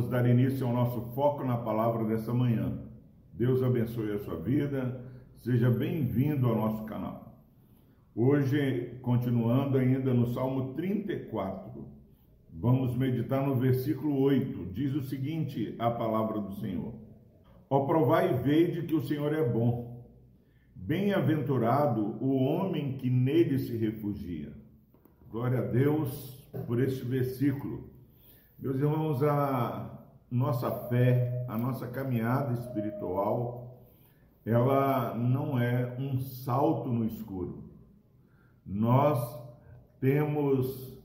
vamos dar início ao nosso foco na palavra dessa manhã. Deus abençoe a sua vida, seja bem-vindo ao nosso canal. Hoje, continuando ainda no Salmo 34, vamos meditar no versículo 8, diz o seguinte, a palavra do Senhor: Ó, provai e vede que o Senhor é bom, bem-aventurado o homem que nele se refugia. Glória a Deus por este versículo. Meus irmãos, a nossa fé, a nossa caminhada espiritual, ela não é um salto no escuro. Nós temos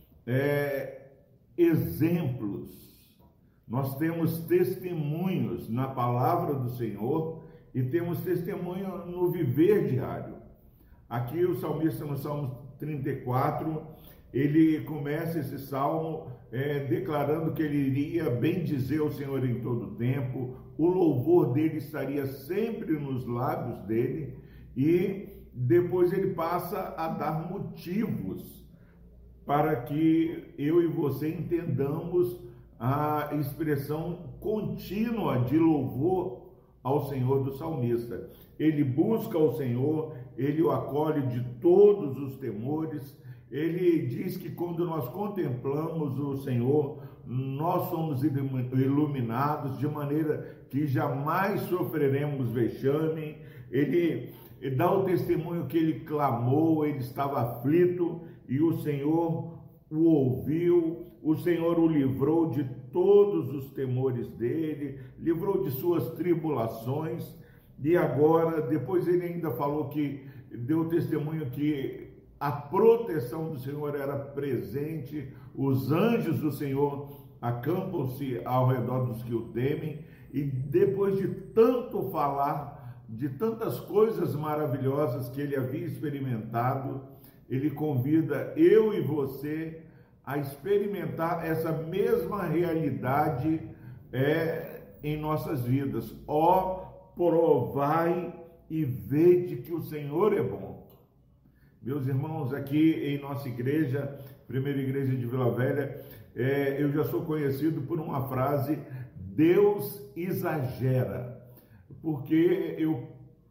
exemplos, nós temos testemunhos na palavra do Senhor e temos testemunho no viver diário. Aqui o salmista, no Salmo 34, ele começa esse salmo declarando que ele iria bendizer o Senhor em todo o tempo, o louvor dele estaria sempre nos lábios dele, e depois ele passa a dar motivos para que eu e você entendamos a expressão contínua de louvor ao Senhor do salmista. Ele busca o Senhor, ele o acolhe de todos os temores. Ele diz que quando nós contemplamos o Senhor, nós somos iluminados de maneira que jamais sofreremos vexame. Ele dá o testemunho que ele clamou, ele estava aflito e o Senhor o ouviu, o Senhor o livrou de todos os temores dele, livrou de suas tribulações. E agora, depois ele ainda falou que deu testemunho que a proteção do Senhor era presente, os anjos do Senhor acampam-se ao redor dos que o temem, e depois de tanto falar, de tantas coisas maravilhosas que ele havia experimentado, ele convida eu e você a experimentar essa mesma realidade em nossas vidas. Ó, provai e vede que o Senhor é bom. Meus irmãos, aqui em nossa igreja, Primeira Igreja de Vila Velha, eu já sou conhecido por uma frase: Deus exagera, porque eu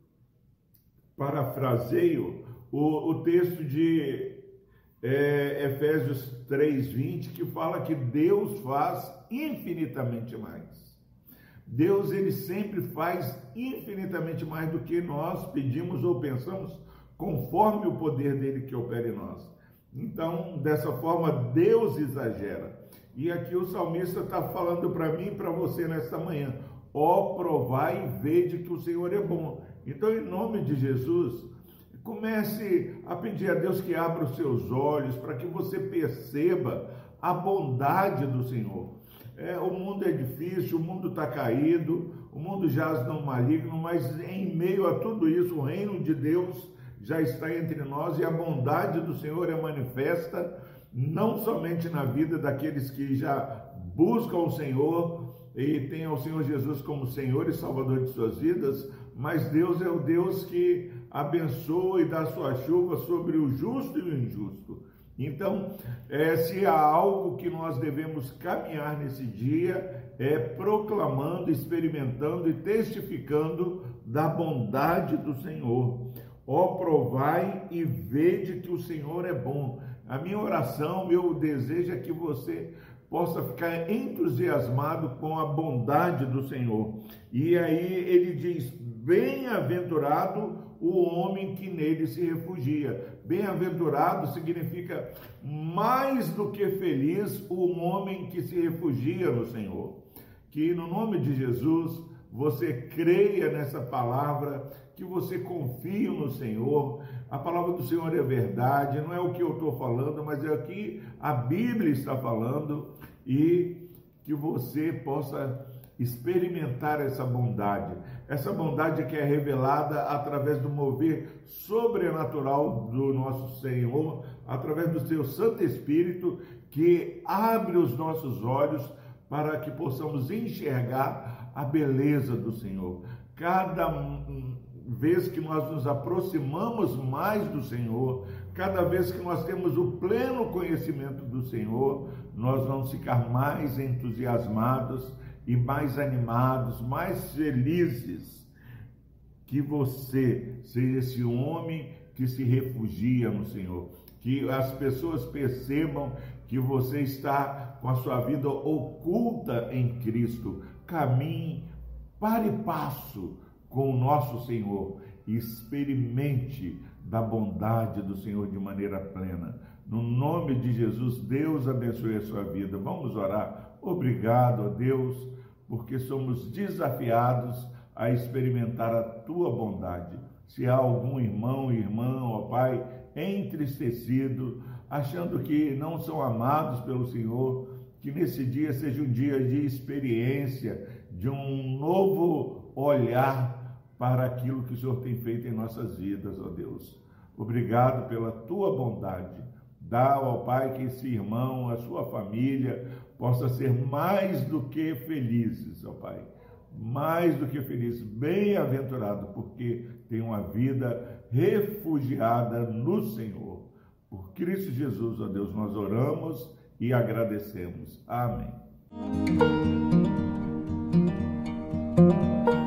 parafraseio o texto de Efésios 3:20, que fala que Deus faz infinitamente mais. Deus, ele sempre faz infinitamente mais do que nós pedimos ou pensamos, conforme o poder dele que opera em nós. Então, dessa forma, Deus exagera. E aqui o salmista está falando para mim e para você nesta manhã: ó, provai e vede que o Senhor é bom. Então, em nome de Jesus, comece a pedir a Deus que abra os seus olhos para que você perceba a bondade do Senhor. O mundo é difícil, o mundo está caído, o mundo jaz no maligno, mas em meio a tudo isso, o reino de Deus já está entre nós, e a bondade do Senhor é manifesta não somente na vida daqueles que já buscam o Senhor e têm ao Senhor Jesus como Senhor e Salvador de suas vidas, mas Deus é o Deus que abençoa e dá sua chuva sobre o justo e o injusto. Então, se há algo que nós devemos caminhar nesse dia, é proclamando, experimentando e testificando da bondade do Senhor. Ó, provai e vede que o Senhor é bom. A minha oração, meu desejo é que você possa ficar entusiasmado com a bondade do Senhor. E aí ele diz: bem-aventurado o homem que nele se refugia. Bem-aventurado significa mais do que feliz o homem que se refugia no Senhor. Que no nome de Jesus você creia nessa palavra, que você confie no Senhor. A palavra do Senhor é verdade, não é o que eu estou falando, mas é o que a Bíblia está falando, e que você possa experimentar essa bondade que é revelada através do mover sobrenatural do nosso Senhor, através do seu Santo Espírito, que abre os nossos olhos para que possamos enxergar a beleza do Senhor. Cada vez que nós nos aproximamos mais do Senhor, Cada vez que nós temos o pleno conhecimento do Senhor, nós vamos ficar mais entusiasmados e mais animados, mais felizes. Que você seja esse homem que se refugia no Senhor, que as pessoas percebam que você está com a sua vida oculta em Cristo. Caminhe para e passo com o nosso Senhor e experimente da bondade do Senhor de maneira plena. No nome de Jesus, Deus abençoe a sua vida. Vamos orar. Obrigado a Deus, porque somos desafiados a experimentar a tua bondade. Se há algum irmão, irmã, ó Pai, entristecido, achando que não são amados pelo Senhor, que nesse dia seja um dia de experiência, de um novo olhar para aquilo que o Senhor tem feito em nossas vidas, ó Deus. Obrigado pela tua bondade. Dá, ó Pai, que esse irmão, a sua família, possa ser mais do que felizes, ó Pai. Mais do que felizes, bem-aventurado, porque tem uma vida refugiada no Senhor. Por Cristo Jesus, ó Deus, nós oramos e agradecemos. Amém.